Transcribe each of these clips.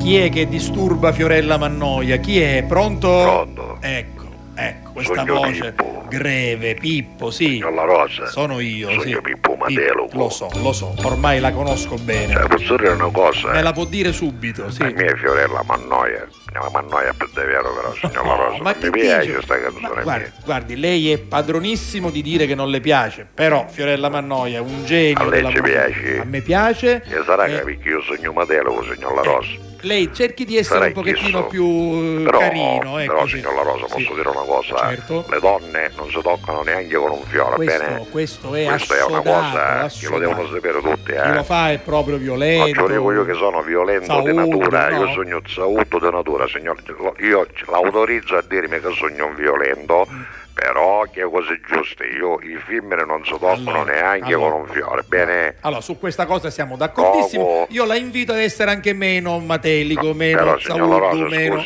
Chi è che disturba Fiorella Mannoia? Chi è? Pronto? Pronto. Ecco, questa Sogno voce Pippo. greve, Pippo, sì. Signor La Rosa. Sono io, Sogno sì. Pippo Matelo. Lo so, ormai la conosco bene. Cioè, posso dire una cosa? Me la può dire subito, sì. La mia Fiorella Mannoia. La Mannoia per davvero, però, signor La Rosa. ma Non che mi piace dice? questa canzone mia. Guardi, lei è padronissimo di dire che non le piace, però Fiorella Mannoia è un genio. A lei della ci musica. piace? A me piace. E sarà che perché io sogno Matelo, signor La Rosa. Lei cerchi di essere Sarà un pochettino chiso. più Però, carino, ecco. però sì. signor La Rosa, posso Sì. dire una cosa? Certo. Le donne non si toccano neanche con un fiore, bene? Questo è Questa è una cosa che lo devono sapere tutti, Chi lo fa è proprio violento. Non dico io che sono violento di Saudo, natura, no? io sogno sauto di natura, signor. Io l'autorizzo a dirmi che sogno un violento, però che cose giuste. Io i femmine non si toccano neanche con un fiore, bene? Allora, su questa cosa siamo d'accordissimo. Poco. Io la invito ad essere anche meno matelico, Però meno signor La saudo, Rosa, meno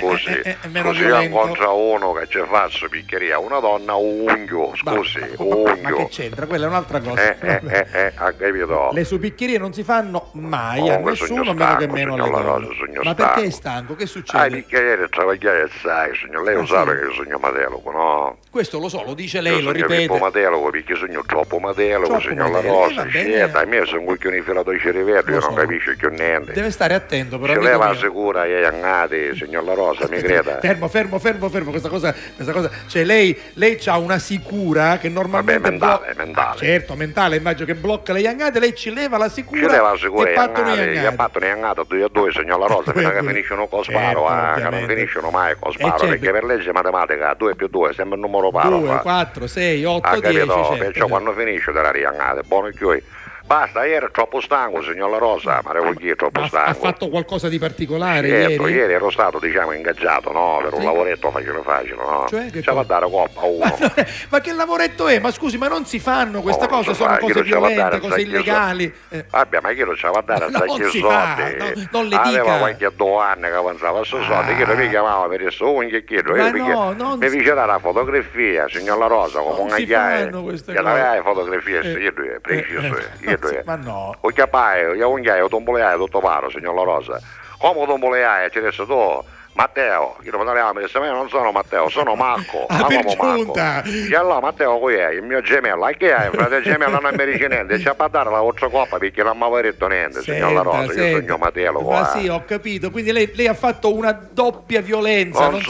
scusi, io violento. incontro uno che ci fa piccheria, una donna unghio, scusi, Ma unghio. che c'entra? Quella è un'altra cosa. Ha capito? Le supiccherie non si fanno mai a Comunque nessuno, sogno meno che stanco, meno alle signor La donne. Rosa, sogno Ma perché è stanco. stanco? Che Ah, succede? bicchiere travagliare sai, signor, lei lo sa sì? che io sogno Matelo, no? Questo lo so, lo dice lei, Io lo sogno ripete. Pippo Matelo, perché sogno troppo Matelo, Troppo signor La Matelo, Rosa, va bene. scelta, a me sono un cucchione filato di cerivello, io Lo non so. capisco più niente. Deve stare attento, però. Ce amico leva mio. sicura e angati, signor La Rosa, mi creda. Fermo, questa cosa, cioè lei c'ha una sicura che normalmente Vabbè, mentale. certo, mentale, immagino che blocca le iangate, lei ci leva la sicura. Ci leva sicura e e partono gli angati, iangati. gli battono e angati 2-2, signor La Rosa, fino a che finiscono con sparo, che non ovviamente. finiscono mai con sparo, certo. perché per legge matematica 2 più 2 è sempre un numero paro. 2, 4, 6, 8, 10, capito? certo, Perciò quando finisce della riangata, buono chiudi. Basta, ieri è troppo stanco, signor La Rosa, ma devo dire troppo Ma stanco. ha fatto qualcosa di particolare Certo, ieri? ero stato, diciamo, ingaggiato, no? Per un Sì. lavoretto facile, no? Cioè, che ci va a cosa? dare coppa a uno. Ma che lavoretto è? Ma scusi, ma non si fanno queste No, non cose, si sono fa, cose chi lo ci va a violente, dare, cose sai chi lo illegali. Vabbè, ma chi lo ci va a dare a Ma non sacchi si fa, soldi? non le Aveva dica. qualche 2 anni che avanzava a sto soldi, chi mi chiamava per questo unghie e chiedo. Ma Io no, non mi si- fece dare la fotografia, signor La Rosa, come Non una si chiave. fanno queste Che cose. aveva fotografie, io due, precise, Ma no. O chiappai, io unghia, tomboleai, tutto paro, signor La Rosa. Come tomboleai, ci adesso tu? Matteo, io mi disse, ma io non sono Matteo, sono Marco. Ah, Ma per come giunta. Marco? E allora Matteo qui è il mio gemello, e che è? Il fratello gemello non mi dice niente, ci ha a dare la vostra coppa perché non mi aveva detto niente, signor La Rosa, io sogno Matteo Ma qua. sì, ho capito, quindi lei ha fatto una doppia violenza. Non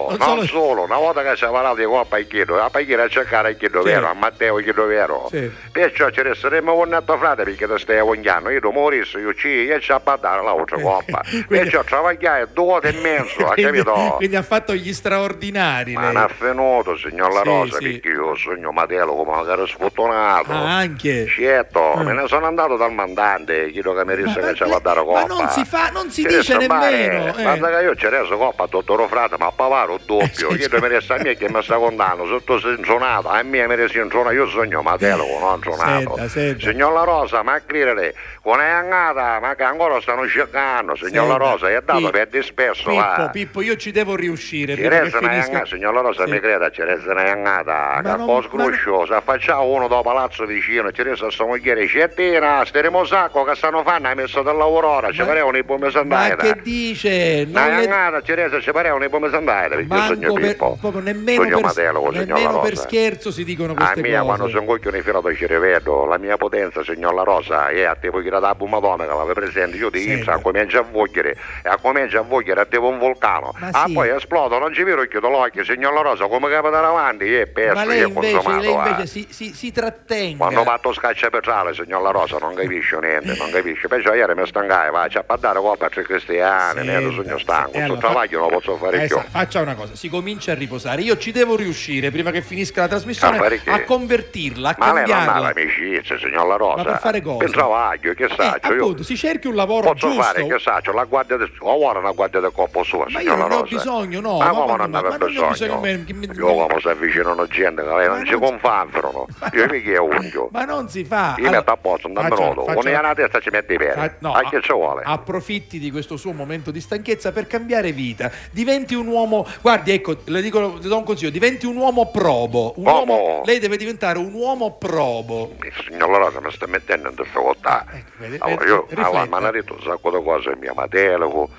solo, una volta che ci ha parlato di coppa e chiedo, a pagare a cercare e chiedo vero, a Matteo chiedo vero. Sì. Perciò ci resteremo un netto frate perché ti stai avvogliando, io morissi, io ci ha a dare la vostra coppa. Perciò travagliare 2 ore e mezzo, ha capito? Quindi ha fatto gli straordinari. Ma lei. non ha venuto, signor La Sì, Rosa, sì. perché io sogno Matelo come un caro sfortunato. Ah, anche. Certo, me ne sono andato dal mandante, chiedo che mi disse che ci va a dare coppa. Ma non si fa, non si Ci dice resta nemmeno. male. Guarda che io ci ho reso coppa a dottor Frate, ma a Pavaro doppio. Sì, Chiedo mi resta a me che mi sta contando, sotto senzonato, a me mi resta senzonato, io sogno Matelo, non sonato. Senta. Signor La Rosa, ma a credere, con è andata, ma che ancora stanno cercando, signor La Rosa, è dato per disperso, va. Pippo, io ci devo riuscire. Ci prima che resta una finisca. iangata, signor La Rosa, Sì. mi creda, ci resta una iangata, Ma che non- po' sgruscio, si affacciava uno da palazzo vicino, ci resta sta mogliere, Cettina, steremo sacco che stanno fanno, hai messo del lavoro ora, ci parevano i pommi Ma sandate. che dice? Una Non le- iangata, ci resta, ci parevano i pommi sandate, perché io Manco sogno per, Pippo, proprio nemmeno, sogno per, Matelo, signor La nemmeno per Rosa. scherzo si dicono A queste mia, quando cose. sono coglione filato di cervello, la mia potenza, signor La Rosa, è a te puoi gradare a Madonna che l'aveva presente, io ti Senta. inizio a cominciare a vogliere, e a cominciare a vogliere a te un vulcano. Ma Ah, sì. poi esplodo, non ci vedo, chiudo l'occhio, signor La Rosa, come che da avanti, è Ma perso, lei è invece, consumato. si trattenga. Quando fatto scaccia petrale, signor La Rosa, non capisce niente, non capisce. Perciò ieri mi stancai, va, c'è a dare colpa a 3 cristiani, ne sogno stanco, sto travaglio non lo posso fare più. Faccia una cosa, si comincia a riposare. Io ci devo riuscire prima che finisca la trasmissione A fare che? a convertirla, a Ma lei non ha cambiarla. l'amicizia, signor La Rosa. Ma per fare cosa? Per travaglio, che saccio, io appunto, si cerchi un lavoro posso giusto. fare, che saccio, la guardia del... ora una guardia del corpo sua, Ma signor io La non ne ho Rosa. bisogno, no. Ma come non ne ma aveva non ne ho bisogno? bisogno. Io come si avvicinano gente che lei non ci confanfano. Io mica è unghio. Ma non si fa. Io metto a posto, un minuto. Uno nella testa ci mette i piedi. A che ci vuole? Approfitti di questo suo momento di stanchezza per cambiare vita. Diventi un uomo. Guardi, ecco, le do un consiglio: diventi un uomo probo. Lei deve diventare un uomo probo. Signor La Rosa, mi sta mettendo in difficoltà. Vede, Allora, io rifletta. mi hanno detto un sacco di cose mia, Matelo,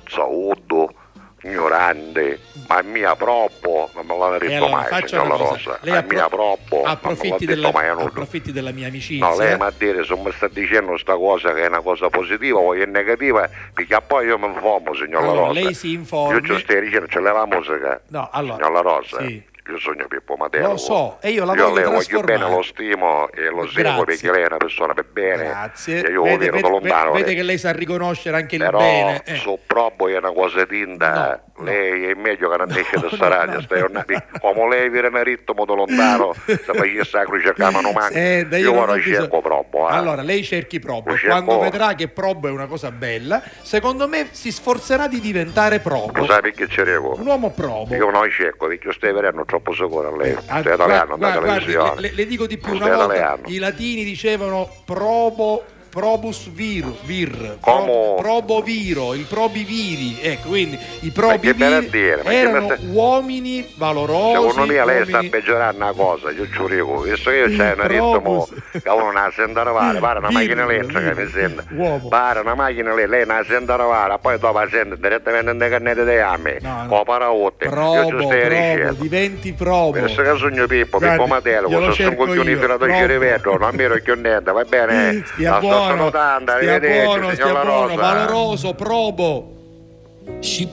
zaudo, ignorante, ma è mia proprio, non me l'hanno detto allora, mai, faccia signor La una cosa. Rosa, Lei è mia proprio, approfitti approfitti della mia amicizia. No, lei mi ha detto, se mi sta dicendo sta cosa che è una cosa positiva o è negativa, perché poi io mi informo, signor La Allora, Rosa. lei si informi. Io ci stai dicendo, c'è la musica, No, allora, signor La Rosa. sì. Io sogno Pippo Matera. Lo so, e io la io voglio lei voglio trasformare. bene, lo stimo e lo seguo perché lei è una persona per bene. Grazie. E io lo vedo da lontano. Vede che lei sa riconoscere anche il però bene. su proprio è una cosa tinta. No, lei è meglio che non esce da sta radio. Come lei viene in ritmo da lontano, se io sta cercando non manca. Io ora cerco proprio. Allora, lei cerchi Probo. Quando vedrà che Probo è una cosa bella, secondo me si sforzerà di diventare Probo. Sai perché c'erevo? Un uomo Probo. Io non cerco perché io stai vedendo troppo sicuro a lei. Stai italiano, guardi, le dico di più, una volta i latini dicevano probus vir, probo viro, il probi viri, ecco, quindi i probi viri erano uomini valorosi. Secondo me lei sta peggiorando una cosa, io ci dico, visto che io c'è un ritmo che uno non sente arrivare, pare una macchina elettrica mi sente, pare una macchina lei non sente arrivare, poi dopo sente direttamente nelle cannette dei ammi, o paraotte, io ci stai dicendo. Diventi Probo. Visto che sogno Pippo Matera, questo sono coglioni fino ad oggi rivedo, non mi ero più niente, va bene? Stia buono, valoroso, Probo.